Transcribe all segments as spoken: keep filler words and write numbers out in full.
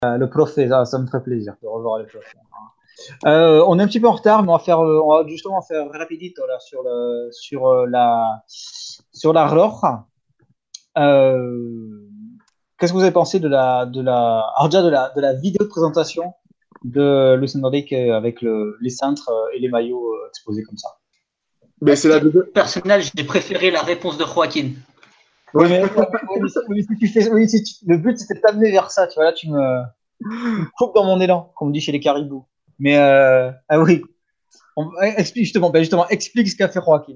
Euh, le prof, ça, ça me ferait plaisir de revoir le prof. Euh, on est un petit peu en retard, mais on va faire, euh, on va justement faire rapidito là sur le, sur euh, la, sur la Roja. Euh, Qu'est-ce que vous avez pensé de la, de la, alors déjà de la, de la vidéo de présentation de Luis Enrique avec le, les cintres euh, et les maillots euh, exposés comme ça? Ben, c'est la deuxième. Personnel, j'ai préféré la réponse de Joaquin. Oui, Ouais. mais, ouais, mais- ouais, mais si, oui, si tu fais, oui, si tu- le but c'était de t'amener vers ça, tu vois, là tu me, tu me coupes dans mon élan, comme on dit chez les caribous. Mais euh, ah oui, on, explique justement, ben justement, explique ce qu'a fait Joaquin.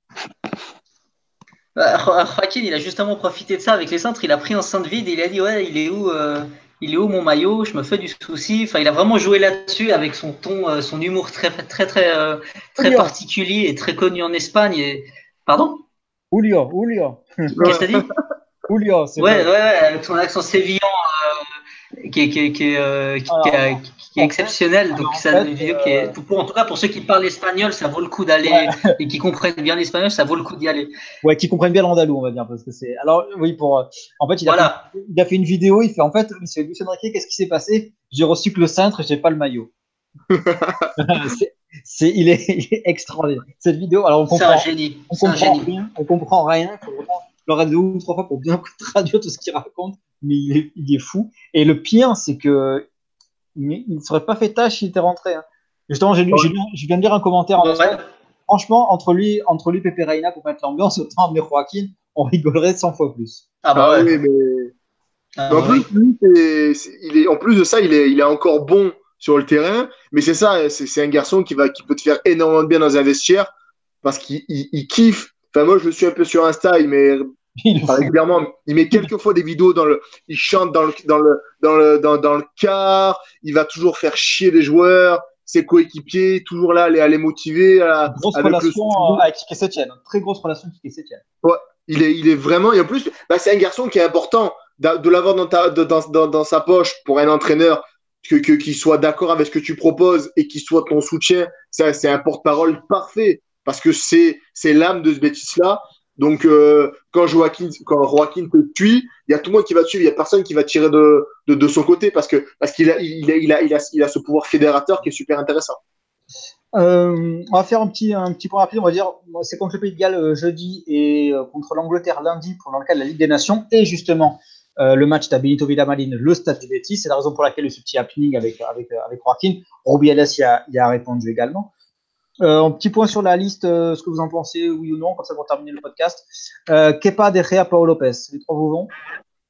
Euh, Joaquin, il a justement profité de ça avec les cintres. Il a pris un cintre vide et il a dit ouais, il est où, euh, il est où mon maillot? Je me fais du souci. Enfin, il a vraiment joué là-dessus avec son ton, euh, son humour très très très euh, très Julio, particulier et très connu en Espagne. Et... Pardon? Julio, Julio, Qu'est-ce que t'as dit? Julio, c'est Ouais, ouais, vrai. ouais, avec son accent sévillan qui est, qui est, qui est, euh, qui Alors, est- qui est en fait, exceptionnel. Donc, alors en ça, fait, une vidéo qui euh, est, pour, en tout cas, pour ceux qui parlent espagnol, ça vaut le coup d'aller ouais, et qui comprennent bien l'espagnol, ça vaut le coup d'y aller. ouais, qui comprennent bien l'andalou, on va dire, parce que c'est. Alors, oui, pour. euh, En fait, il a fait, Voilà. il a fait une vidéo. Il fait en fait, Monsieur Luis Enrique, qu'est-ce qui s'est passé? J'ai reçu que le cintre, j'ai pas le maillot. c'est, c'est, il est, il est extraordinaire. Cette vidéo, alors on C'est un comprend, génie. on C'est un comprend génie. rien, on comprend rien. Il faut vraiment le regarder deux ou trois fois pour bien traduire tout ce qu'il raconte. Mais il est, il est fou. Et le pire, c'est que il ne serait pas fait tâche s'il était rentré. Hein. Justement, j'ai lu, j'ai lu- je viens de lire un commentaire en Ouais. Espagne. Franchement, entre lui, entre lui, Pepe Reina pour mettre l'ambiance, autant amener Joaquin, on rigolerait cent fois plus. Ah bah Ah ouais. oui, mais, Ah mais en bah plus, oui. lui, c'est- c'est- il est, en plus de ça, il est, il est encore bon sur le terrain. Mais c'est ça, c'est c'est un garçon qui va, qui peut te faire énormément de bien dans un vestiaire parce qu'il il, il kiffe. Enfin, moi, je le suis un peu sur Insta, il met Il est enfin, fou. régulièrement, il met quelques fois des vidéos dans le, il chante dans le, dans le, dans le, dans, dans le car, il va toujours faire chier les joueurs, ses coéquipiers, toujours là, à les, à les motiver, à- Grosse avec le relation sourire. euh, avec Kike Setien. Très grosse relation avec Kike Setien. Ouais, il est, il est vraiment, et en plus, bah, c'est un garçon qui est important d'a- de l'avoir dans, ta, de- dans, dans, dans sa poche pour un entraîneur, que, que, qu'il soit d'accord avec ce que tu proposes et qu'il soit ton soutien. Ça, c'est un porte-parole parfait parce que c'est, c'est l'âme de ce Betis-là. Donc, euh, quand Joaquin, quand Joaquin te suit, il y a tout le monde qui va te suivre, il y a personne qui va tirer de, de, de son côté parce que, parce qu'il a, il a, il a, il a, il a ce pouvoir fédérateur qui est super intéressant. Euh, on va faire un petit, un petit point rapide. On va dire, c'est contre le Pays de Galles euh, jeudi et euh, contre l'Angleterre lundi pour dans le cadre de la Ligue des Nations. Et justement, euh, le match d'A Benito Villamarín, le stade du Betis. C'est la raison pour laquelle ce petit happening avec, avec, avec Joaquin. Rubiales y a, y a répondu également. Euh, un petit point sur la liste, euh, ce que vous en pensez, oui ou non, comme ça pour terminer le podcast. Euh, Kepa, De Gea, Paul Lopez, les trois vous vont?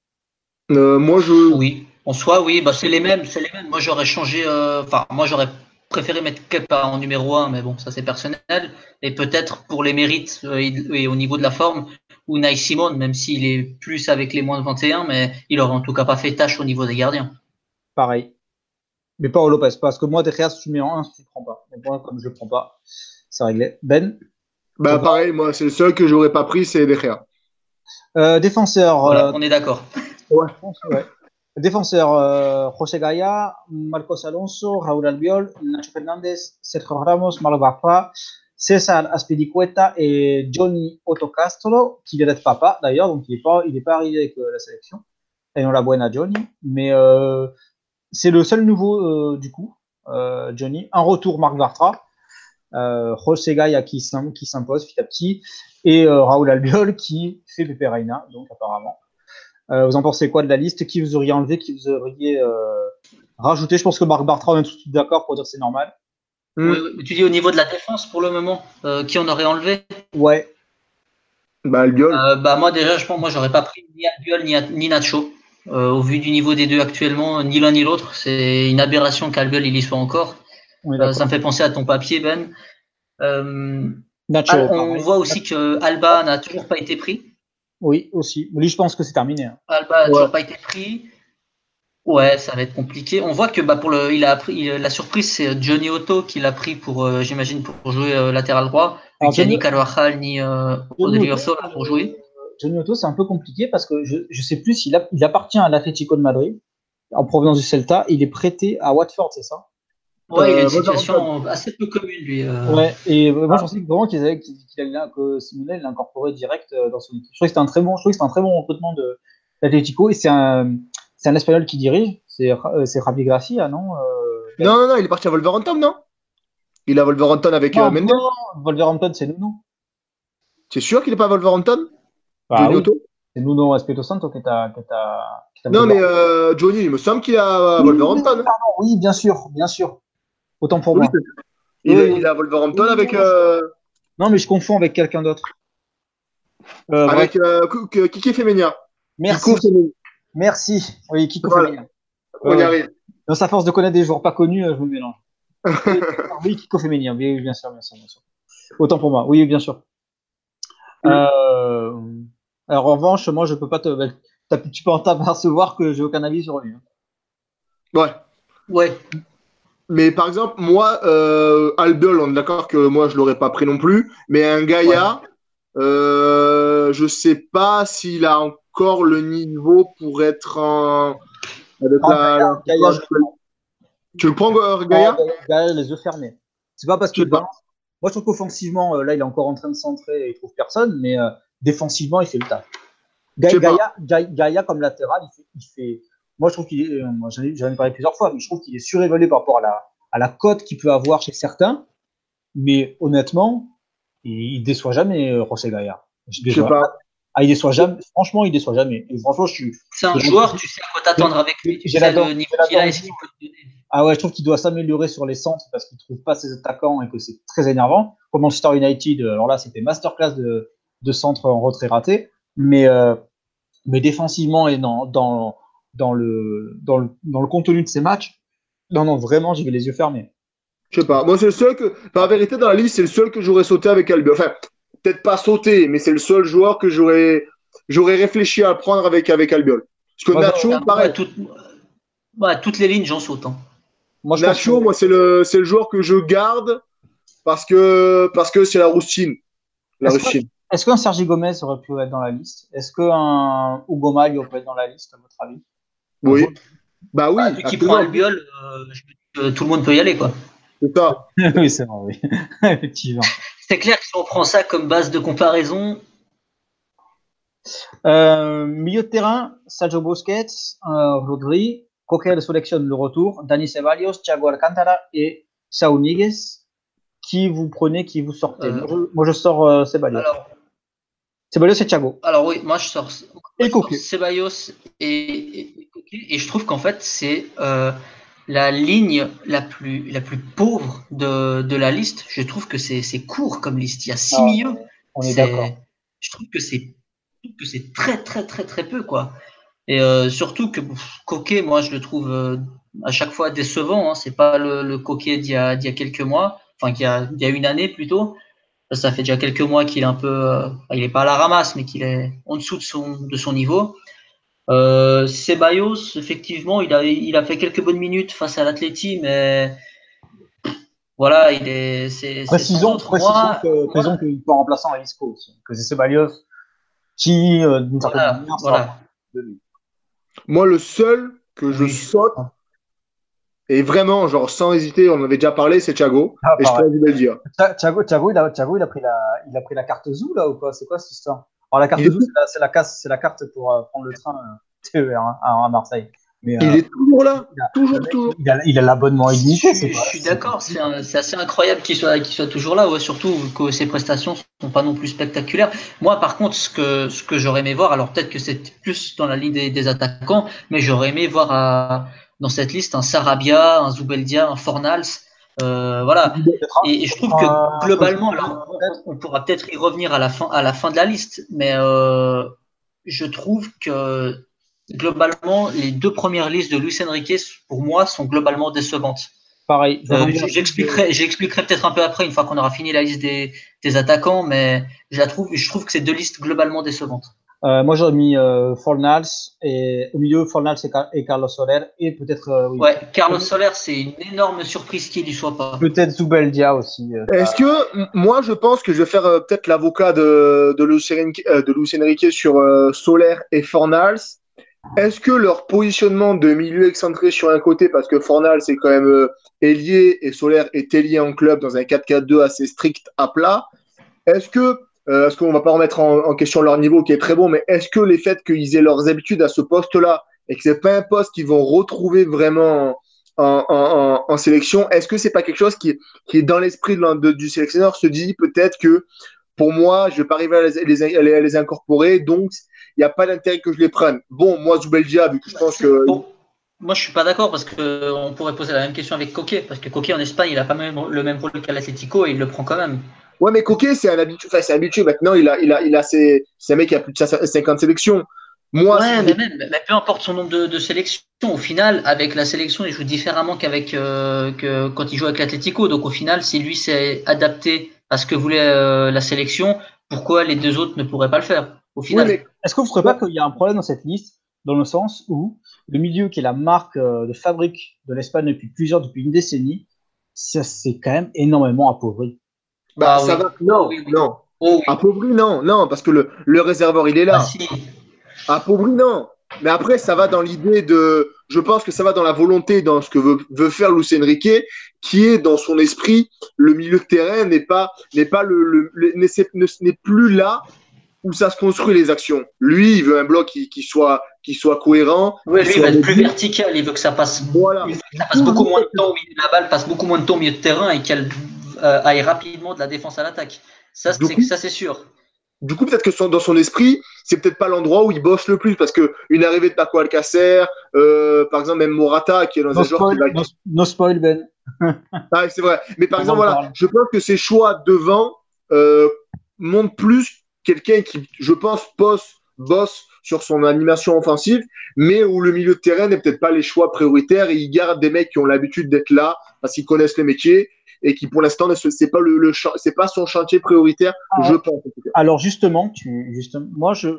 Euh, moi, je, Oui. En soi, oui, bah c'est les mêmes, c'est les mêmes. Moi j'aurais changé, euh, enfin moi j'aurais préféré mettre Kepa en numéro un, mais bon, ça c'est personnel. Et peut-être pour les mérites euh, et, et au niveau de la forme, Unai Simon, même s'il est plus avec les moins de vingt et un, mais il aurait en tout cas pas fait tâche au niveau des gardiens. Pareil. Mais Paul Lopez, parce que moi, De Gea, si tu mets en un, si tu ne prends pas. Donc moi, comme je ne prends pas, c'est réglé. Ben, bah, pour toi. pareil, moi, c'est le seul que j'aurais pas pris, c'est De Gea. Euh, défenseur, Voilà, euh, on est d'accord. Ouais. ouais. Défenseur, euh, José Gaya, Marcos Alonso, Raúl Albiol, Nacho Fernández, Sergio Ramos, Marc Bartra, César Azpilicueta et Johnny Otto Castro, qui vient d'être papa d'ailleurs, donc il n'est pas, il est pas arrivé avec euh, la sélection. Et on la buena Johnny. Mais euh, c'est le seul nouveau euh, du coup, euh, Johnny. Un retour, Marc Bartra. Euh, José Gaya qui, qui s'impose petit à petit. Et euh, Raúl Albiol qui fait Pepe Reina, donc apparemment. Euh, vous en pensez quoi de la liste? Qui vous auriez enlevé? Qui vous auriez euh, rajouté? Je pense que Marc Bartra, on est tous d'accord pour dire que c'est normal. Oui, Hmm. oui. Tu dis au niveau de la défense pour le moment, euh, qui on aurait enlevé? Ouais, Bah, Albiol. Euh, bah moi déjà, je pense, moi j'aurais pas pris ni Albiol ni, ni Nacho. Euh, au vu du niveau des deux actuellement, ni l'un ni l'autre, c'est une aberration qu'Albiol il y soit encore. on est Euh, ça me d'accord. fait penser à ton papier, Ben. Euh, Nacho, on pareil. voit aussi que Alba n'a toujours pas été pris. Oui, aussi. Lui, je pense que c'est terminé. Hein. Alba n'a Ouais. toujours pas été pris. Ouais, ça va être compliqué. On voit que bah, pour le, il a appris, il- la surprise, c'est Johnny Otto qui l'a pris pour, euh, j'imagine, pour jouer euh, latéral droit, vu Alors, qu'il n'y a Johnny, ni Carvajal ni euh, Johnny Otto, Odriozola pour euh, jouer. Johnny Otto, c'est un peu compliqué parce que je ne sais plus s'il a- il appartient à l'Atlético de Madrid, en provenance du Celta. Il est prêté à Watford, c'est ça? Ouais, il a une Euh, Rosario. situation assez peu commune, lui. euh. Ouais, et euh, moi je Ah, pensais que vraiment qu'ils avaient, qu'il qu'il allait, que Simonel l'a incorporé direct euh, dans son équipe. Je trouvais que c'était un très bon, je trouvais que c'était un très bon recrutement de d'Atlético et c'est un, c'est un Espagnol qui dirige. C'est euh, c'est Javi Gracia, non euh, Non, non, non, il est parti à Wolverhampton, non? Il est à Wolverhampton avec euh, Non, Mendes. non, Wolverhampton, c'est Nuno. C'est sûr qu'il est pas à Wolverhampton? Bah Johnny oui, Otto? c'est Nuno Espirito Santo qui est à, qui est à, qui est à Non, mais Wolverhampton. euh, Johnny, il me semble qu'il est à Oui, oui, Wolverhampton. Hein. pardon, oui, bien sûr, bien sûr. Autant pour Oui, moi. c'est- il, Oui, est, oui. il est à Wolverhampton Oui, avec, non, je- euh, non, mais je confonds avec quelqu'un d'autre. Euh, bref, avec euh, K- K- Kiki Femenia. merci, Kiko Femenia. merci. Oui, Kiko fait Voilà, bien. Ouais, on y ouais. arrive. Dans sa force de connaître des joueurs pas connus, euh, je me mélange. Oui, oui, Kiko Féminin, oui, oui, bien sûr, bien sûr, bien sûr. Autant pour moi, oui, bien sûr. Euh, alors, en revanche, moi, je peux pas te. ben, t'as- tu peux en t'apercevoir que j'ai aucun avis sur lui. Hein. Ouais. Ouais. Mais par exemple, moi, euh, Albiol, on est d'accord que moi, je l'aurais pas pris non plus. Mais un Ouais. Gaïa, euh, je sais pas s'il a encore le niveau pour être en... avec Non, la, Gaïa, la- Gaïa, je le prends. Tu le prends, euh, Non, Gaïa? Gaïa, Gaïa, les yeux fermés. C'est pas parce Je que sais pas. dans. Moi, je trouve qu'offensivement, euh, là, il est encore en train de centrer et il trouve personne, mais euh, défensivement, il fait le taf. Je Ga- sais pas. Gaïa, Gaïa, Gaïa, comme latéral, il fait, il fait- moi je trouve qu'il est, euh, moi, j'en ai, j'en ai parlé plusieurs fois, mais je trouve qu'il est surévalué par rapport à la, à la cote qu'il peut avoir chez certains. Mais honnêtement, il, il déçoit jamais, euh, José Gaïa. Je Je sais déçois- pas. Ah, il déçoit jamais. Franchement, il déçoit jamais. Et franchement, je suis. C'est un j'ai- joueur, tu sais à quoi t'attendre avec lui. Tu j'ai sais l'adore- le niveau j'ai qu'il a l'adore et ce qu'il peut te donner. Ah ouais, je trouve qu'il doit s'améliorer sur les centres parce qu'il trouve pas ses attaquants et que c'est très énervant. Comme Manchester United, euh, alors là, c'était masterclass de, de centre en retrait raté. Mais, euh, mais défensivement et dans, dans, dans, le, dans, le, dans le contenu de ces matchs, non, non, vraiment, j'y vais les yeux fermés. Je sais pas. Moi, c'est le seul que, par vérité, dans la liste, c'est le seul que j'aurais sauté avec Albiol. Enfin, peut-être pas sauté, mais c'est le seul joueur que j'aurais, j'aurais réfléchi à prendre avec, avec Albiol. Parce que Moi, je, Nacho, Ah, pareil. ouais, toutes, ouais, toutes les lignes, j'en saute. Hein. moi, je pense que. Nacho, moi, c'est le, c'est le joueur que je garde parce que, parce que c'est la roustine. La Est-ce que, roustine. est-ce qu'un Sergi Gomez aurait pu être dans la liste? Est-ce qu'un Hugo Mario peut être dans la liste, à votre avis? Un Oui. joueur- Bah oui, Bah, vu qu'il prend absolument. Albiol, euh, je me dis que tout le monde peut y aller, quoi. C'est ça. Oui, c'est vrai, oui. Effectivement. C'est clair que si on prend ça comme base de comparaison, Euh, milieu de terrain, Sergio Busquets, euh, Rodri, Coquel sélectionne le retour, Dani Ceballos, Thiago Alcantara et Saúl Ñíguez. Qui vous prenez, qui vous sortez? Euh, moi, je, moi, je sors euh, Ceballos. alors, Ceballos et Thiago. alors oui, moi je sors, moi, Et je sors Coquet. Ceballos et, et, et Coquet, et je trouve qu'en fait c'est euh, la ligne la plus, la plus pauvre de, de la liste. Je trouve que c'est c'est court comme liste. Il y a six Ah, milieux. on est C'est, d'accord. je trouve que c'est je trouve que c'est très très très très peu quoi. Et euh, surtout que pff, Coquet, moi je le trouve euh, à chaque fois décevant. Hein. C'est pas le, le Coquet d'il y a, d'il y a quelques mois, enfin qu'il y a, il y a une année plutôt. Ça fait déjà quelques mois qu'il est un peu, euh, il est pas à la ramasse, mais qu'il est en dessous de son de son niveau. Euh, Ceballos, effectivement, il a il a fait quelques bonnes minutes face à l'Atleti, mais voilà, il est c'est c'est sans Précisons, autre. précisons Moi, que, précisons moi, qu'il peut en remplaçant à Isco aussi. Que c'est Ceballos qui, euh, d'une certaine voilà, manière, sera voilà. de lui. Moi, le seul que je Oui. saute, et vraiment, genre, sans hésiter, on en avait déjà parlé, c'est Thiago. Ah, et je pareil. peux vous le dire. Thia- Thiago, Thiago, il a, Thiago, il a pris la, il a pris la carte Zou là ou quoi? C'est quoi cette histoire? Alors la carte Il est, Zou, c'est la, c'est la, casse- c'est la carte pour euh, prendre le train euh, T E R hein, à, à Marseille. Mais il euh, est toujours là. il a, Toujours, le mec, toujours. il a, il a l'abonnement Je illimité, c'est suis, pas. je suis c'est- d'accord, c'est un- c'est assez incroyable qu'il soit, qu'il soit toujours là, ouais, surtout que ses prestations sont pas non plus spectaculaires. Moi, par contre, ce que, ce que j'aurais aimé voir, alors peut-être que c'est plus dans la ligne des, des attaquants, mais j'aurais aimé voir à, dans cette liste un Sarabia, un Zubeldia, un Fornals, euh, voilà. Peut-être un- Et, et je trouve un- que un globalement, Fosbury, alors peut-être. on, on pourra peut-être y revenir à la fin, à la fin de la liste, mais euh, je trouve que globalement, les deux premières listes de Luis Enrique, pour moi, sont globalement décevantes. Pareil. Je vais Euh, rebondir là-dessus. j'expliquerai, j'expliquerai peut-être un peu après, une fois qu'on aura fini la liste des, des attaquants, mais je la trouve, je trouve que c'est deux listes globalement décevantes. Euh, moi, j'aurais mis euh, Fornals et au milieu Fornals et, Car- et Carlos Soler et peut-être euh, oui, Ouais, Carlos Soler, c'est une énorme surprise qu'il y soit pas. peut-être Zubeldia aussi. euh, Est-ce que, m- moi, je pense que je vais faire euh, peut-être l'avocat de, de, Luis Enrique, euh, de Luis Enrique sur euh, Soler et Fornals. Est-ce que leur positionnement de milieu excentré sur un côté, parce que Fornals c'est quand même euh, ailier et Soler est ailier en club dans un quatre quatre deux assez strict à plat, est-ce que, euh, est-ce qu'on va pas remettre en, en question leur niveau qui est très bon, mais est-ce que les faits qu'ils aient leurs habitudes à ce poste-là et que c'est pas un poste qu'ils vont retrouver vraiment en, en, en, en sélection, est-ce que c'est pas quelque chose qui est, qui est dans l'esprit de, de, du sélectionneur, se dit peut-être que pour moi, je vais pas arriver à les, les, à les, à les incorporer, donc il n'y a pas d'intérêt que je les prenne. Bon, moi, Zubeldia, vu que je pense que… Bon, moi, je suis pas d'accord parce qu'on pourrait poser la même question avec Coquet, parce que Coquet en Espagne, il a pas même, le même rôle qu'à l'Atlético et il le prend quand même. Ouais, mais Coquet, c'est un habitué. Enfin, c'est habitué. Maintenant, il a, il a, il a ses, c'est un mec qui a plus de cinquante sélections. Moi, ouais, si mais même, mais peu importe son nombre de, de sélections. Au final, avec la sélection, il joue différemment qu'avec euh, que quand il joue avec l'Atlético. Donc, au final, si lui s'est adapté à ce que voulait euh, la sélection, pourquoi les deux autres ne pourraient pas le faire au final? Oui, mais est-ce que vous ne trouvez pas qu'il y a un problème dans cette liste, dans le sens où le milieu qui est la marque de fabrique de l'Espagne depuis plusieurs, depuis une décennie, ça c'est quand même énormément appauvri. Bah, Ah, ça oui. va. Non, Oui, oui. non. Oh, oui. Appauvri, non, non, parce que le, le réservoir, il est là. Ah, si. Appauvri, non. Mais après, ça va dans l'idée de. Je pense que ça va dans la volonté, dans ce que veut, veut faire Luis Enrique, qui est dans son esprit, le milieu de terrain n'est pas, n'est pas le, le, le n'est plus là où ça se construit les actions. Lui, il veut un bloc qui, qui soit, qui soit cohérent. Oui, lui, il va être plus mobile. vertical. Il veut que ça passe, Voilà. il veut que ça passe beaucoup moins de temps au milieu de la balle, passe beaucoup moins de temps au milieu de terrain et qu'elle euh, aille rapidement de la défense à l'attaque. Ça, c'est, ça, c'est sûr. Du coup, peut-être que son, dans son esprit, c'est peut-être pas l'endroit où il bosse le plus, parce que une arrivée de Paco Alcacer, euh, par exemple même Morata, qui est dans No un genre spoil, qui va. no, no spoil, Ben. Ah, c'est vrai. Mais par On exemple, en voilà, parle. je pense que ses choix devant euh, montrent plus quelqu'un qui, je pense, bosse, bosse sur son animation offensive, mais où le milieu de terrain n'est peut-être pas les choix prioritaires et il garde des mecs qui ont l'habitude d'être là parce qu'ils connaissent les métiers et qui, pour l'instant, c'est pas le, le c'est pas son chantier prioritaire, Ah, je pense. En tout cas. Alors justement, tu, justement, moi je,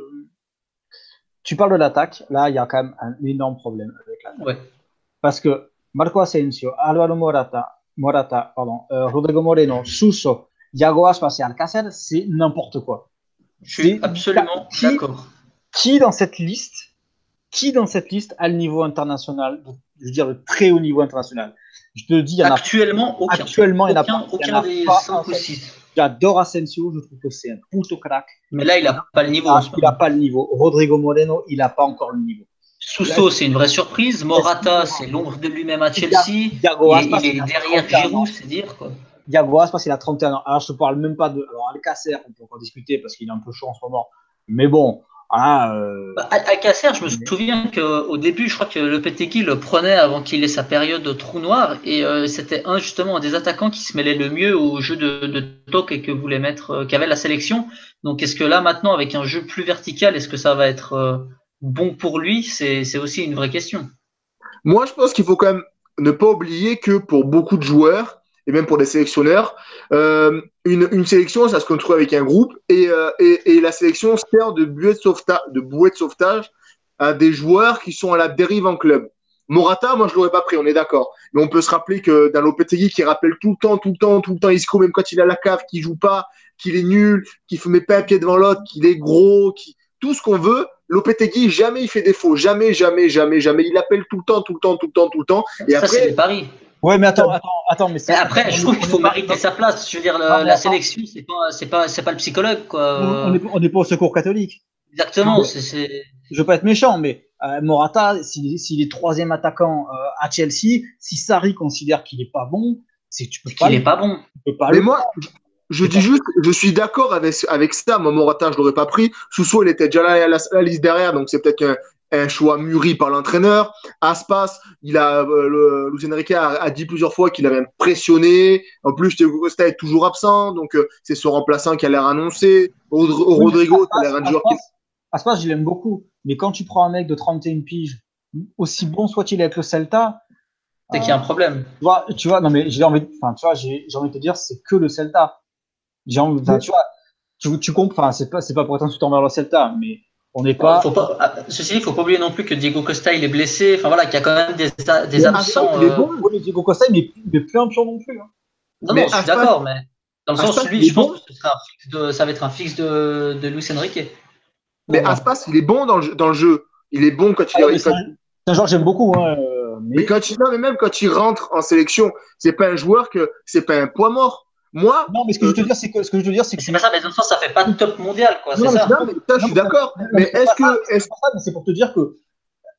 tu parles de l'attaque. Là, il y a quand même un énorme problème avec l'attaque. Ouais. Parce que Marco Asensio, Alvaro Morata, Morata, pardon, euh, Rodrigo Moreno, Suso, Iago Aspas et Alcacer, c'est n'importe quoi. Je suis absolument qui, d'accord. Qui dans cette liste, qui dans cette liste a le niveau international, je veux dire le très haut niveau international? Je te dis, il y en a actuellement aucun. Actuellement, il n'y en a aucun, pas. Aucun des cinq ou six. J'adore Asensio, je trouve que c'est un puto crack. Mais là, il n'a pas le niveau. Ah, il n'a pas le niveau. Rodrigo Moreno, il n'a pas encore le niveau. Suso, c'est une vraie surprise. Morata, c'est l'ombre de lui-même à Chelsea. Diago il, il est derrière Giroud, c'est dire quoi. Diago Aspas, il a trente et un ans. Alors, je ne te parle même pas de. Alors, Alcacer, on peut encore discuter parce qu'il est un peu chaud en ce moment. Mais bon, ah, euh... bah, Alcacer, je me souviens qu'au début, je crois que le Lopetegui le prenait avant qu'il ait sa période de trou noir. Et euh, c'était un justement un des attaquants qui se mêlait le mieux au jeu de, de toc et que voulait mettre, euh, qu'avait la sélection. Donc, est-ce que là, maintenant, avec un jeu plus vertical, est-ce que ça va être euh, bon pour lui? C'est, c'est aussi une vraie question. Moi, je pense qu'il faut quand même ne pas oublier que pour beaucoup de joueurs, et même pour des sélectionneurs, euh, une, une sélection, ça se construit avec un groupe, et, euh, et, et la sélection sert de bouée de, sauvetage, de bouée de sauvetage à des joueurs qui sont à la dérive en club. Morata, moi, je l'aurais pas pris, on est d'accord. Mais on peut se rappeler que d'un Lopetegui qui rappelle tout le temps, tout le temps, tout le temps Isco, même quand il a la cave, qu'il joue pas, qu'il est nul, qu'il ne met pas un pied devant l'autre, qu'il est gros, qui tout ce qu'on veut, Lopetegui, jamais il fait défaut. Jamais, jamais, jamais, jamais. Il appelle tout le temps, tout le temps, tout le temps, tout le temps. Et ça, après, c'est les paris. Ouais, mais attends, attends, attends. Mais, mais après, je trouve qu'il faut mériter sa place. Je veux dire, la, la sélection, c'est pas, c'est pas, c'est pas le psychologue, quoi. On n'est on est pas au secours catholique. Exactement. C'est, c'est... Je veux pas être méchant, mais euh, Morata, s'il, s'il est troisième attaquant euh, à Chelsea, si Sarri considère qu'il est pas bon, c'est que tu peux c'est pas. Qu'il est pas bon. Tu peux pas mais le moi, je, je dis juste, je suis d'accord avec avec ça. Moi, Morata, je l'aurais pas pris. Suso, il était déjà là à la, la liste derrière, donc c'est peut-être un un choix mûri par l'entraîneur. Aspas, il a, euh, Luis Enrique a, a dit plusieurs fois qu'il avait impressionné. En plus, Thiago Costa est toujours absent, donc euh, c'est son remplaçant qui a l'air annoncé. Rod- Rodrigo, qui a l'air un joueur qui. Aspas, je l'aime beaucoup, mais quand tu prends un mec de trente et une piges, aussi bon soit-il avec le Celta, c'est euh, qu'il y a un problème. Tu vois, tu vois, non mais j'ai envie, enfin, tu vois, j'ai, j'ai envie de te dire, c'est que le Celta. J'ai envie, oui. tu vois, tu, tu comprends, c'est pas, c'est pas pour être insultant envers le Celta, mais on n'est pas. Faut pas. Ceci dit, il faut pas oublier non plus que Diego Costa il est blessé. Enfin voilà, qu'il y a quand même des, des absents. Il est bon, euh... oui, Diego Costa, mais il plus un pion non plus. Hein. Non, mais non, je suis d'accord, mais dans le sens, lui, je pense que ce sera un fixe de, ça va être un fixe de, de Luis Enrique. Mais Aspas, il est bon dans le, dans le jeu. Il est bon quand il. Ah, c'est, un, c'est un joueur que j'aime beaucoup. Hein, mais... mais quand il, non, mais même quand il rentre en sélection, c'est pas un joueur que, c'est pas un poids mort. Moi, non, mais ce que euh, je veux te dire, c'est que ce que je veux dire, c'est que c'est pas ça. Mais dans le sens, ça fait pas de top mondial, quoi. Non, c'est mais ça. Non, mais ça, je suis d'accord. Mais est-ce que, est-ce... c'est pour te dire que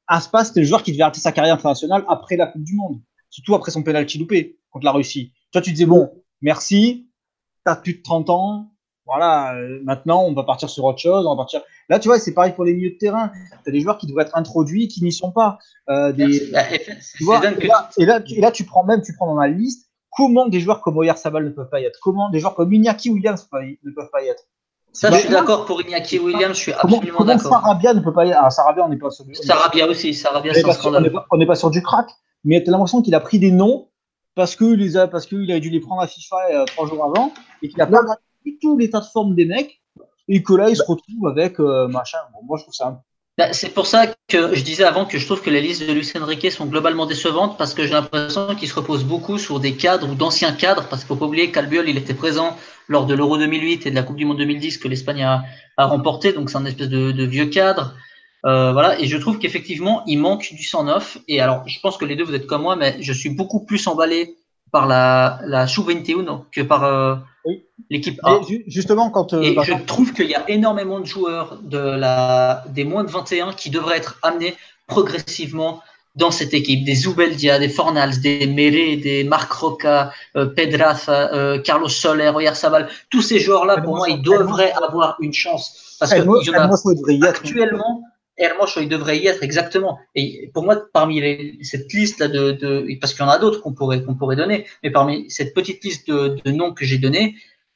Aspas, c'était le joueur qui devait arrêter sa carrière internationale après la Coupe du Monde, surtout après son penalty loupé contre la Russie. Toi, tu disais, bon, merci, t'as plus de trente ans, voilà, euh, maintenant, on va partir sur autre chose, on va partir. Là, tu vois, c'est pareil pour les milieux de terrain. T'as des joueurs qui devraient être introduits, qui n'y sont pas. Euh, des, Bah, tu vois, et, là, et, là, tu, et là, tu prends même, tu prends dans la liste, comment des joueurs comme Oyarzabal ne peuvent pas y être, comment des joueurs comme Iñaki Williams ne peuvent pas y être. Ça, je suis d'accord pour Iñaki Williams, je suis absolument d'accord. Sarabia ne peut pas y être. Ah, Sarabia, on n'est pas sur du. Sarabia aussi, Sarabia, c'est un scandale. On n'est pas sur du crack, mais tu as l'impression qu'il a pris des noms parce qu'il les a, parce qu'il a dû les prendre à FIFA euh, trois jours avant et qu'il a pas regardé tout l'état de forme des mecs et que là, il se retrouve avec euh, machin. Bon, moi, je trouve ça un Bah, c'est pour ça que je disais avant que je trouve que les listes de Luis Enrique sont globalement décevantes parce que j'ai l'impression qu'il se repose beaucoup sur des cadres ou d'anciens cadres parce qu'il faut pas oublier qu'Albiol il était présent lors de l'Euro deux mille huit et de la Coupe du Monde deux mille dix que l'Espagne a, a remporté, donc c'est un espèce de, de vieux cadre. Euh, voilà, et je trouve qu'effectivement il manque du sang neuf. Et alors je pense que les deux vous êtes comme moi, mais je suis beaucoup plus emballé par la la sub vingt et un que par euh, oui. l'équipe A. Et justement, quand euh, et bah, je quand... trouve qu'il y a énormément de joueurs de la des moins de vingt et un qui devraient être amenés progressivement dans cette équipe. Des Zubeldia, des Fornals, des Méré, des Marc Roca, euh, Pedraza, euh, Carlos Soler, Oyarzabal. Tous ces joueurs-là, pour moi, ils devraient avoir une chance. Parce que il y en a actuellement. Hermoso, il devrait y être exactement. Et pour moi, parmi les, cette liste là de, de, parce qu'il y en a d'autres qu'on pourrait qu'on pourrait donner, mais parmi cette petite liste de, de noms que j'ai donnés,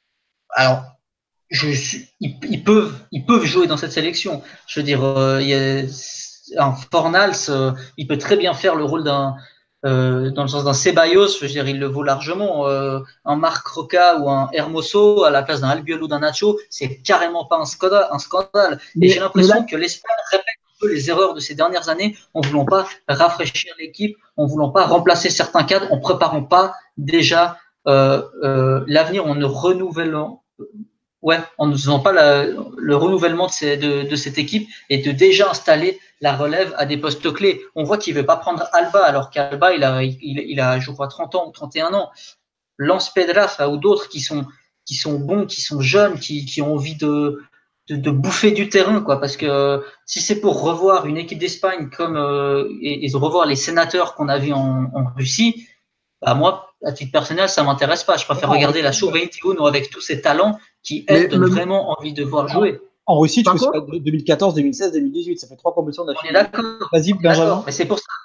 alors je suis, ils, ils peuvent ils peuvent jouer dans cette sélection. Je veux dire, euh, il y a un Fornals, euh, il peut très bien faire le rôle d'un euh, dans le sens d'un Ceballos, je veux dire, il le vaut largement. Euh, un Marc Roca ou un Hermoso à la place d'un Albiol ou d'un Nacho, c'est carrément pas un scandale. Un scandale. Mais, Et j'ai l'impression là... que l'Espagne répète un peu les erreurs de ces dernières années en voulant pas rafraîchir l'équipe, en voulant pas remplacer certains cadres, en préparant pas déjà euh, euh, l'avenir, en ne renouvelant. Ouais, en ne faisant pas la, le renouvellement de, ces, de, de cette équipe et de déjà installer la relève à des postes clés. On voit qu'il veut pas prendre Alba, alors qu'Alba, il a, il, il a, je crois, trente ans ou trente et un ans. Lance Pedraza ou d'autres qui sont, qui sont bons, qui sont jeunes, qui, qui ont envie de, de, de bouffer du terrain, quoi. Parce que euh, si c'est pour revoir une équipe d'Espagne comme, euh, et, et revoir les sénateurs qu'on a vus en, en Russie, bah moi, à titre personnel, ça m'intéresse pas. Je préfère non, regarder la sub vingt et un avec tous ces talents qui, elles, donnent vraiment envie de voir jouer. En Russie, tu fais deux mille quatorze, deux mille seize, deux mille dix-huit. Ça fait trois compétitions d'affilée. On est d'accord. Vas-y, Benjamin. Mais c'est pour ça.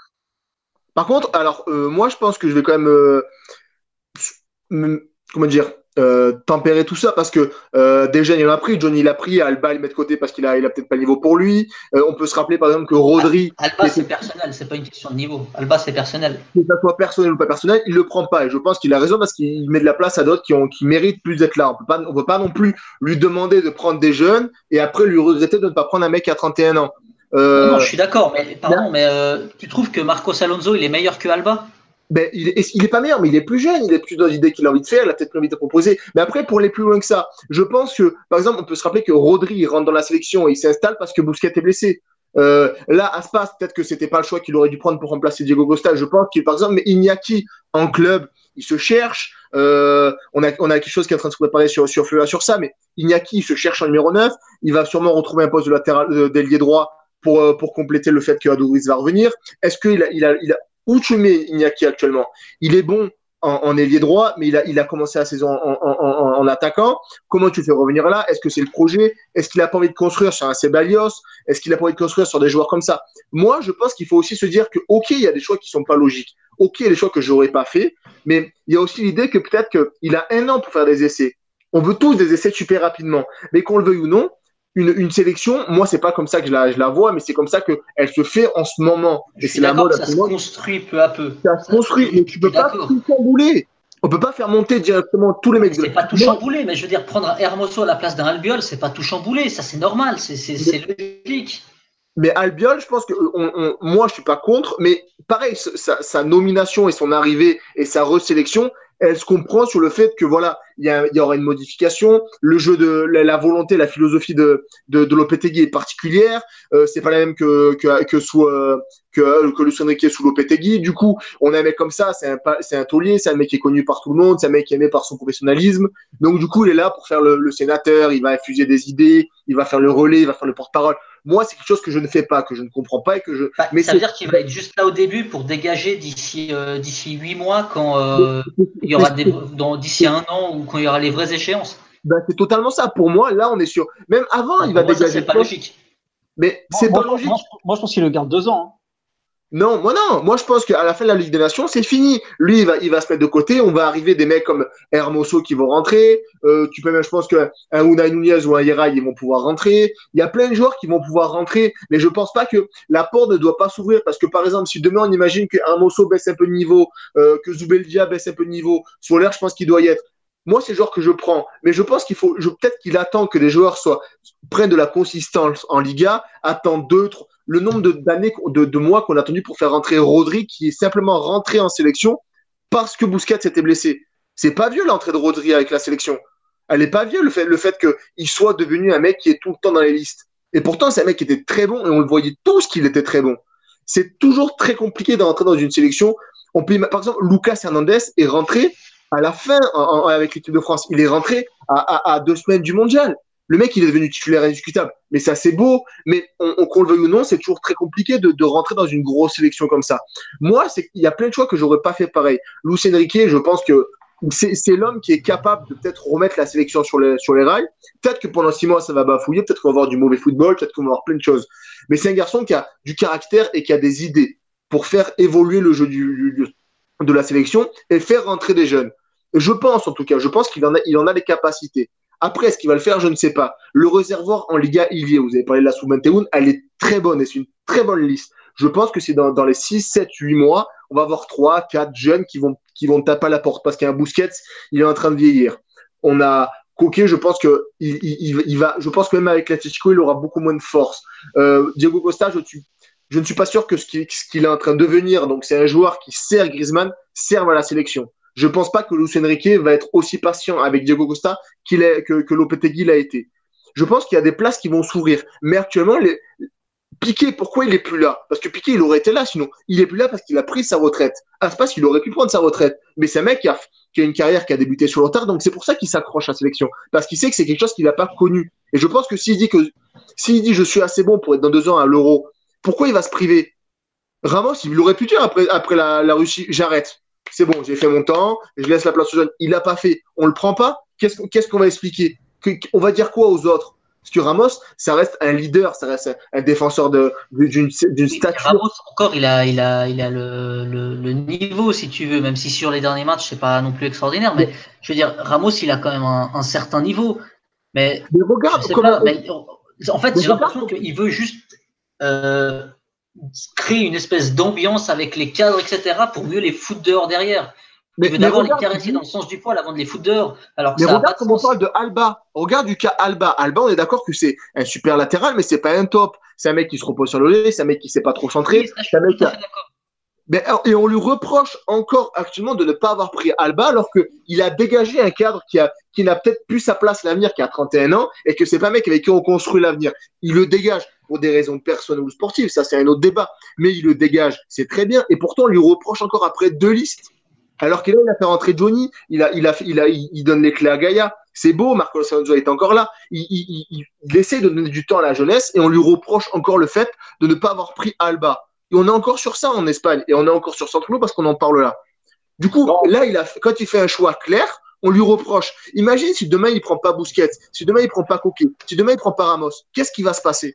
Par contre, alors, euh, moi, je pense que je vais quand même, euh, comment dire, euh, tempérer tout ça parce que euh, déjà, il en a pris. Johnny l'a pris. Alba, il met de côté parce qu'il a, il a peut-être pas le niveau pour lui. Euh, on peut se rappeler, par exemple, que Rodri. Alba, c'est personnel. C'est pas une question de niveau. Alba, c'est personnel. Que ça soit personnel ou pas personnel, il le prend pas. Et je pense qu'il a raison parce qu'il met de la place à d'autres qui, ont, qui méritent plus d'être là. On peut pas, on peut pas non plus lui demander de prendre des jeunes et après lui regretter de ne pas prendre un mec à trente et un ans. Euh, non, non, je suis d'accord. Mais pardon, mais euh, tu trouves que Marcos Alonso, il est meilleur que Alba? Ben, il, est, il est pas meilleur, mais il est plus jeune, il est plus dans l'idée qu'il a envie de faire, il a peut-être envie de proposer. Mais après, pour aller plus loin que ça, je pense que, par exemple, on peut se rappeler que Rodri il rentre dans la sélection et il s'installe parce que Busquets est blessé. Euh, là, Aspas, peut-être que c'était pas le choix qu'il aurait dû prendre pour remplacer Diego Costa. Je pense qu'il, par exemple, mais Iñaki en club, il se cherche. Euh, on a, on a quelque chose qui est en train de se préparer sur, sur, sur, sur ça, mais Iñaki, il se cherche en numéro neuf. Il va sûrement retrouver un poste de latéral, d'ailier droit pour, pour compléter le fait que Adouris va revenir. Est-ce qu'il a, il a, il a, où tu mets Iñaki actuellement? Il est bon en, en ailier droit, mais il a, il a commencé la saison en, en, en, en attaquant. Comment tu fais revenir là? Est-ce que c'est le projet? Est-ce qu'il a pas envie de construire sur un Ceballos? Est-ce qu'il a pas envie de construire sur des joueurs comme ça? Moi, je pense qu'il faut aussi se dire que, ok, il y a des choix qui sont pas logiques. Ok, il y a des choix que j'aurais pas fait, mais il y a aussi l'idée que peut-être qu'il a un an pour faire des essais. On veut tous des essais super rapidement, mais qu'on le veuille ou non, Une, une sélection, moi, c'est pas comme ça que je la, je la vois, mais c'est comme ça qu'elle se fait en ce moment. Et c'est la mode. Ça se construit peu à peu. Ça se construit, mais tu peux pas tout chambouler. On peut pas faire monter directement tous les mecs. C'est pas tout chambouler, mais je veux dire, prendre un Hermoso à la place d'un Albiol, c'est pas tout chambouler. Ça, c'est normal, c'est, c'est, c'est logique. Mais Albiol, je pense que on, on, moi, je suis pas contre, mais pareil, sa, sa nomination et son arrivée et sa resélection, elle se comprend sur le fait que voilà, il y, a, il y aura une modification. Le jeu de la, la volonté, la philosophie de de, de Lopetegui est particulière. Euh, c'est pas la même que que que sous euh, que que Luis Enrique sous Lopetegui. Du coup, on a un mec comme ça, c'est un c'est un taulier, c'est un mec qui est connu par tout le monde, c'est un mec qui est aimé par son professionnalisme. Donc du coup, il est là pour faire le, le sénateur. Il va infuser des idées, il va faire le relais, il va faire le porte-parole. Moi, c'est quelque chose que je ne fais pas, que je ne comprends pas et que je. Bah, mais ça veut dire qu'il va être juste là au début pour dégager d'ici euh, d'ici huit mois quand euh, il y aura des dans d'ici un an ou quand il y aura les vraies échéances. Ben, c'est totalement ça. Pour moi, là, on est sûr. Même avant, Bah, il va pour moi, ça dégager. c'est pas logique. Mais Moi, c'est moi, pas je- logique. moi, je- moi, je pense qu'il le garde deux ans. hein. Non, moi non. Moi, je pense qu'à la fin de la Ligue des Nations, c'est fini. Lui, il va, il va se mettre de côté. On va arriver des mecs comme Hermoso qui vont rentrer. Euh, tu peux même, je pense qu'un Unai Nunez ou un Yeray, ils vont pouvoir rentrer. Il y a plein de joueurs qui vont pouvoir rentrer. Mais je pense pas que la porte ne doit pas s'ouvrir. Parce que, par exemple, si demain, on imagine qu'Hermoso baisse un peu de niveau, euh, que Zubeldia baisse un peu de niveau, Solaire, je pense qu'il doit y être. Moi, c'est le joueur que je prends. Mais je pense qu'il faut, je, peut-être qu'il attend que les joueurs soient près de la consistance en Liga, attend deux, trois, le nombre de, d'années, de, de mois qu'on a attendu pour faire rentrer Rodri, qui est simplement rentré en sélection parce que Busquets s'était blessé. C'est pas vieux l'entrée de Rodri avec la sélection. Elle est pas vieux le fait, le fait qu'il soit devenu un mec qui est tout le temps dans les listes. Et pourtant, c'est un mec qui était très bon et on le voyait tous qu'il était très bon. C'est toujours très compliqué d'entrer dans une sélection. On peut, par exemple, Lucas Hernandez est rentré à la fin en, en, avec l'équipe de France. Il est rentré à, à, à deux semaines du mondial. Le mec, il est devenu titulaire indiscutable. Mais ça, c'est beau. Mais on, on, qu'on le veuille ou non, c'est toujours très compliqué de, de rentrer dans une grosse sélection comme ça. Moi, c'est, il y a plein de choix que j'aurais pas fait pareil. Luis Enrique, je pense que c'est, c'est l'homme qui est capable de peut-être remettre la sélection sur les, sur les rails. Peut-être que pendant six mois, ça va bafouiller. Peut-être qu'on va avoir du mauvais football. Peut-être qu'on va avoir plein de choses. Mais c'est un garçon qui a du caractère et qui a des idées pour faire évoluer le jeu du, du, de la sélection et faire rentrer des jeunes. Je pense, en tout cas, je pense qu'il en a, il en a les capacités. Après, est-ce qu'il va le faire? Je ne sais pas. Le réservoir en Liga, il y est. Vous avez parlé de la Sub vingt et un. Elle est très bonne et c'est une très bonne liste. Je pense que c'est dans, dans les six, sept, huit mois, on va avoir trois, quatre jeunes qui vont, qui vont taper à la porte parce qu'il y a un Busquets, il est en train de vieillir. On a Koke, je pense que il, il, il va, je pense que même avec l'Atlético, il aura beaucoup moins de force. Euh, Diego Costa, je, je ne suis pas sûr que ce qu'il, ce qu'il est en train de devenir. Donc, c'est un joueur qui sert Griezmann, serve à la sélection. Je ne pense pas que Luis Enrique va être aussi patient avec Diego Costa qu'il est, que, que Lopetegui l'a été. Je pense qu'il y a des places qui vont s'ouvrir. Mais actuellement, les... Piqué, pourquoi il n'est plus là? Parce que Piqué, il aurait été là sinon. Il n'est plus là parce qu'il a pris sa retraite. Ah, c'est pas qu'il aurait pu prendre sa retraite. Mais c'est un mec qui a, qui a une carrière qui a débuté sur le tard, donc c'est pour ça qu'il s'accroche à la sélection. Parce qu'il sait que c'est quelque chose qu'il n'a pas connu. Et je pense que s'il dit que s'il dit je suis assez bon pour être dans deux ans à l'Euro, pourquoi il va se priver? Ramos, il l'aurait pu dire après, après la, la Russie, j'arrête. C'est bon, j'ai fait mon temps, je laisse la place aux jeunes. Il l'a pas fait. On le prend pas. Qu'est-ce, qu'est-ce qu'on va expliquer? On va dire quoi aux autres? Parce que Ramos, ça reste un leader, ça reste un défenseur de, d'une, d'une oui, stature. Ramos, encore, il a, il a, il a le, le, le niveau, si tu veux, même si sur les derniers matchs, c'est pas non plus extraordinaire. Mais je veux dire, Ramos, il a quand même un, un certain niveau. Mais, mais regarde, je sais comment... pas, mais, en fait, mais j'ai l'impression qu'il veut juste euh, créer une espèce d'ambiance avec les cadres, et cetera, pour mieux les foutre dehors derrière. Il mais, veut d'abord les caresser dans le sens du poil avant de les foutre dehors. Alors que mais ça regarde comment on parle de Alba. Regarde du cas Alba. Alba, on est d'accord que c'est un super latéral, mais c'est pas un top. C'est un mec qui se repose sur le lait, c'est un mec qui sait pas trop centrer. Oui, ça, je suis suis tout à a... fait d'accord. Mais, et on lui reproche encore actuellement de ne pas avoir pris Alba alors qu'il a dégagé un cadre qui, a, qui n'a peut-être plus sa place à l'avenir, qui a trente et un ans, et que c'est pas un mec avec qui on construit l'avenir. Il le dégage pour des raisons personnelles ou sportives, ça c'est un autre débat, mais il le dégage, c'est très bien, et pourtant on lui reproche encore après deux listes. Alors que là, il a fait rentrer Johnny, il, a, il, a, il, a, il donne les clés à Gaïa, c'est beau, Marco Alonso est encore là, il, il, il, il essaie de donner du temps à la jeunesse, et on lui reproche encore le fait de ne pas avoir pris Alba. Et on est encore sur ça en Espagne, et on est encore sur Centralo parce qu'on en parle là. Du coup, bon. là, il a, quand il fait un choix clair, on lui reproche. Imagine si demain, il ne prend pas Busquets, si demain, il ne prend pas Koke, si demain, il ne prend pas Ramos, qu'est-ce qui va se passer?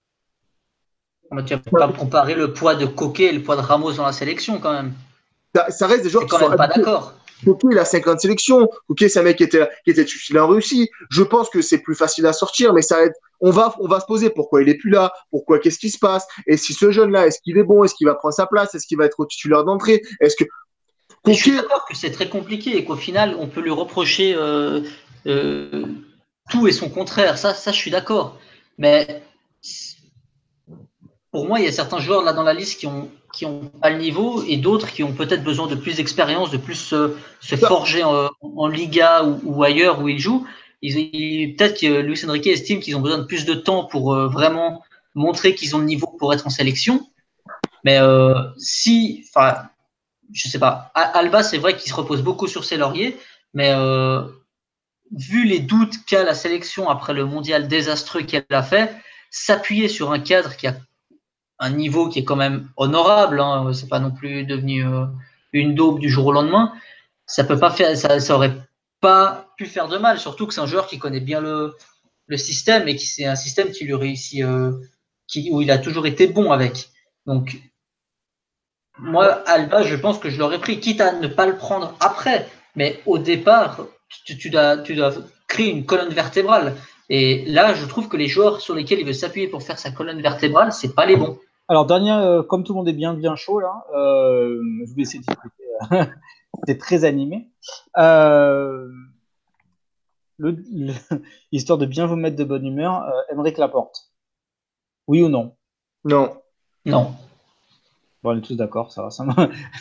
Mais tu ne peux pas comparer le poids de Koke et le poids de Ramos dans la sélection quand même. Ça, ça reste des joueurs qui sont quand même pas d'accord. Koke, il a cinquante sélections. Koke, c'est un mec qui était, qui était titulaire en Russie. Je pense que c'est plus facile à sortir, mais ça aide. On va, on va se poser pourquoi il est plus là, pourquoi, qu'est-ce qui se passe, et si ce jeune-là, est-ce qu'il est bon, est-ce qu'il va prendre sa place, est-ce qu'il va être au titulaire d'entrée, est-ce que. Koke... Je suis d'accord que c'est très compliqué et qu'au final, on peut lui reprocher euh, euh, tout et son contraire. Ça, ça, je suis d'accord. Mais pour moi, il y a certains joueurs là dans la liste qui ont qui ont pas le niveau et d'autres qui ont peut-être besoin de plus d'expérience, de plus euh, se forger en, en Liga ou, ou ailleurs où ils jouent. Ils, ils, peut-être que Luis Enrique estime qu'ils ont besoin de plus de temps pour euh, vraiment montrer qu'ils ont le niveau pour être en sélection. Mais euh, si, enfin, je sais pas, Alba, c'est vrai qu'il se repose beaucoup sur ses lauriers, mais euh, vu les doutes qu'a la sélection après le mondial désastreux qu'elle a fait, s'appuyer sur un cadre qui a un niveau qui est quand même honorable, hein, c'est pas non plus devenu euh, une daube du jour au lendemain, ça peut pas faire, ça, ça aurait pas pu faire de mal, surtout que c'est un joueur qui connaît bien le, le système et qui c'est un système qui lui réussit, euh, qui, où il a toujours été bon avec. Donc, moi, Alba, je pense que je l'aurais pris, quitte à ne pas le prendre après, mais au départ, tu, tu, dois, tu dois créer une colonne vertébrale. Et là, je trouve que les joueurs sur lesquels il veut s'appuyer pour faire sa colonne vertébrale, c'est pas les bons. Alors, dernier, euh, comme tout le monde est bien, bien chaud, là, euh, je vais essayer de discuter. C'était très animé. Euh, le, le, histoire de bien vous mettre de bonne humeur, euh, Aymeric Laporte. Oui ou non? Non. Non. Bon, on est tous d'accord, ça va. Ça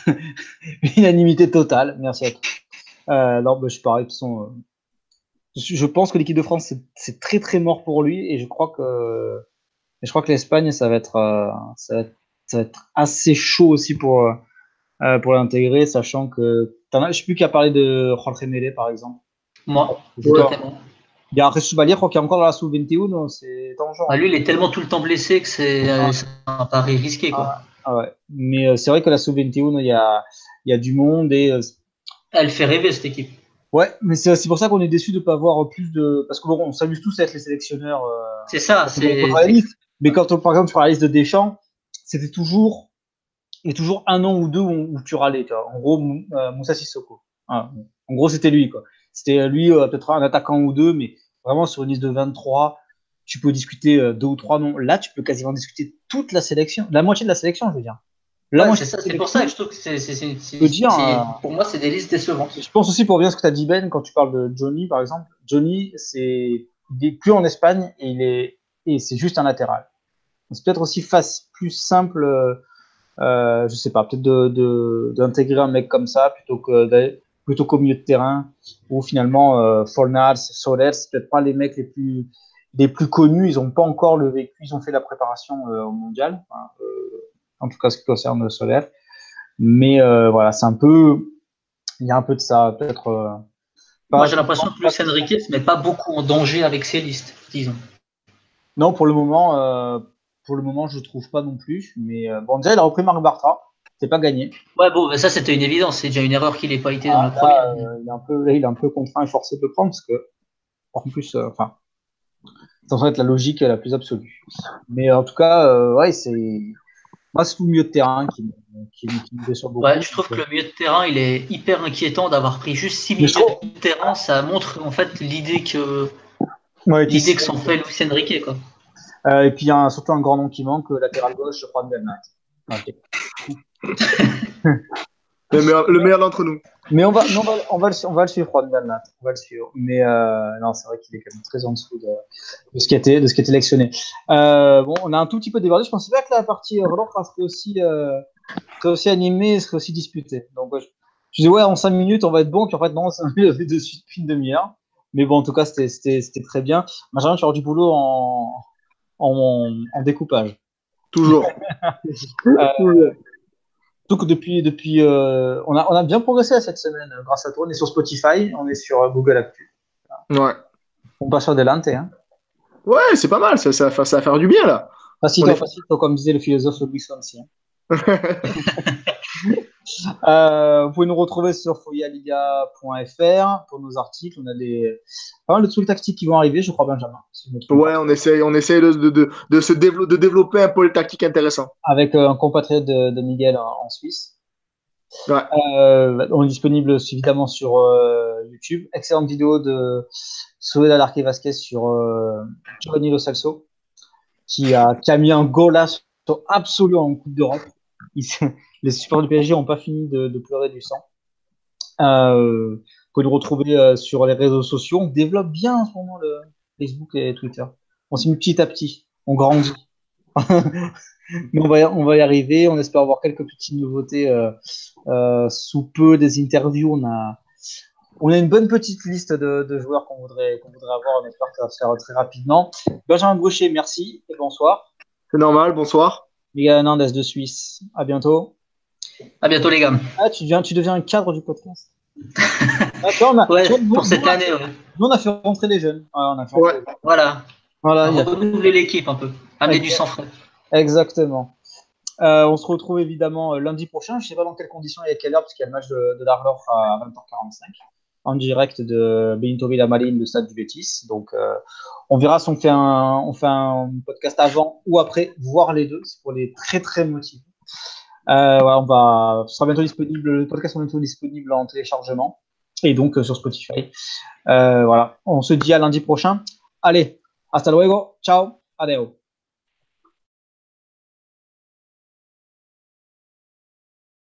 Unanimité totale, merci à toi. Euh, non, bah, je suis pareil. De toute façon, euh, je, je pense que l'équipe de France, c'est très très mort pour lui et je crois que, et je crois que l'Espagne, ça va être, euh, ça va être, ça va être assez chaud aussi pour, euh, pour l'intégrer, sachant que t'en as, je sais plus qui a parlé de Jorge Mele, par exemple. Moi, ouais. Il y a Ressus Balier, je crois qu'il y a encore dans la sous vingt et un, c'est dangereux. Ah, lui, il est tellement tout le temps blessé que c'est ah. un pari risqué, quoi. Ah, ah ouais. Mais euh, c'est vrai que la sous vingt et un, il y a, il y a du monde et. Euh, Elle fait rêver cette équipe. Ouais, mais c'est aussi pour ça qu'on est déçu de ne pas avoir plus de. Parce que bon, on s'amuse tous à être les sélectionneurs. Euh, c'est ça, c'est. Mais quand, on, par exemple, sur la liste de Deschamps, c'était toujours. Il y a toujours un an ou deux où, où tu râlais. Tu vois. En gros, euh, Moussa Sissoko. Ah, en gros, c'était lui, quoi. C'était lui, euh, peut-être un attaquant ou deux, mais vraiment sur une liste de vingt-trois, tu peux discuter euh, deux ou trois noms. Là, tu peux quasiment discuter toute la sélection, la moitié de la sélection, je veux dire. Ouais, c'est ça, c'est pour ça que je trouve que c'est, c'est, c'est, c'est, dire, c'est euh, pour moi, c'est des listes décevantes. Je pense aussi pour bien ce que tu as dit, Ben, quand tu parles de Johnny, par exemple. Johnny, c'est, il est plus en Espagne et il est, et c'est juste un latéral. C'est peut-être aussi face, plus simple, euh, je sais pas, peut-être de, de, d'intégrer un mec comme ça plutôt que, plutôt qu'au milieu de terrain où finalement, euh, Fornals, Soler, c'est peut-être pas les mecs les plus, les plus connus. Ils ont pas encore le vécu, ils ont fait la préparation euh, au mondial. Hein, euh, en tout cas, ce qui concerne le Soler. Mais euh, voilà, c'est un peu, il y a un peu de ça, peut-être. Euh, Moi, j'ai l'impression que Luis Enrique ne se met pas beaucoup en danger avec ses listes, disons. Non, pour le moment, euh, pour le moment, je trouve pas non plus. Mais euh, bon, déjà, il a repris Marc Bartra, c'est pas gagné. Ouais, bon, bah, ça c'était une évidence. C'est déjà une erreur qu'il n'ait pas été ah, dans la là, première. Euh, il est un peu, il est un peu contraint et forcé de le prendre parce que, en plus, euh, enfin, ça doit être la logique la plus absolue. Mais en tout cas, euh, ouais, c'est. Moi, c'est tout le milieu de terrain qui, qui, qui me déçoit beaucoup. Ouais, je trouve que le milieu de terrain, il est hyper inquiétant d'avoir pris juste six milieux trouve... de terrain. Ça montre en fait l'idée que ouais, l'idée que s'en fait Luis Enrique, quoi. Euh, et puis il y a un, surtout un grand nom qui manque, latéral gauche, Juan Bernat. Okay. le meilleur, le meilleur d'entre nous. Mais on va, non, on va, on va, le, on va le suivre, Juan Bernat. On va le suivre. Mais euh, non, c'est vrai qu'il est quand même très en dessous de, de ce qui a été, de ce qui a été sélectionné. Euh, bon, on a un tout petit peu débordé. Je pensais pas que la partie relance serait aussi, euh, serait aussi animée, serait aussi disputée. Donc, je, je disais ouais, en cinq minutes, on va être bon. Puis en fait, non, ça m'a fait de suite une demi-heure. Mais bon, en tout cas, c'était, c'était, c'était très bien. Benjamin, tu as du boulot en, en, en découpage. Toujours. euh, donc depuis, depuis euh, on, a, on a bien progressé cette semaine grâce à toi. On est sur Spotify, on est sur Google Actu. Ouais. On passe sur Delante. Hein. Ouais, c'est pas mal, ça, ça, ça va faire du bien là. Facile, est... facile, comme disait le philosophe Ludwig Swansea. Hein. euh, vous pouvez nous retrouver sur foyaliga point f r pour nos articles. On a des pas mal de trucs tactiques qui vont arriver, je crois, Benjamin. Si ouais, on essaye, on essaye de, de, de, de se développer, de développer un pôle tactique intéressant. Avec euh, un compatriote de, de Miguel en, en Suisse. Ouais. Euh, on est disponible évidemment sur euh, YouTube. Excellente vidéo de Soledad Arque Vasquez sur euh, Giovanni Lo Celso, qui a, qui a mis un golasso absolu en Coupe d'Europe. Il, les supporters du P S G n'ont pas fini de, de pleurer du sang. Euh, vous pouvez nous retrouver euh, sur les réseaux sociaux. On développe bien en ce moment le Facebook et Twitter. On s'y met petit à petit. On grandit. Mais on va, y, on va y arriver. On espère avoir quelques petites nouveautés euh, euh, sous peu, des interviews. On a, on a une bonne petite liste de, de joueurs qu'on voudrait, qu'on voudrait avoir. On espère que ça va se faire très rapidement. Benjamin Gaucher, merci et bonsoir. C'est normal, bonsoir. Miguel Hernandez de Suisse, à bientôt. À bientôt les gars. Ah, tu deviens, tu deviens un cadre du podcast. D'accord, on a, ouais, pour nous, cette année. Ouais. Nous, on a fait rentrer les jeunes. Ouais, on a fait rentrer ouais. Voilà. Voilà, il y a- renouveler l'équipe un peu, amener Exact. du sang frais. Exactement. Euh, on se retrouve évidemment euh, lundi prochain. Je ne sais pas dans quelles conditions et à quelle heure, parce qu'il y a le match de, de l'Arlor à vingt heures quarante-cinq en direct de Benito Villamarín, le stade du Betis. Donc, euh, on verra si on fait, un, on fait un podcast avant ou après, voire les deux, c'est pour les très très motivés. Euh, voilà, on va, ce sera bientôt disponible, le podcast sera bientôt disponible en téléchargement et donc euh, sur Spotify. Euh, voilà, on se dit à lundi prochain. Allez, hasta luego, ciao, adeo.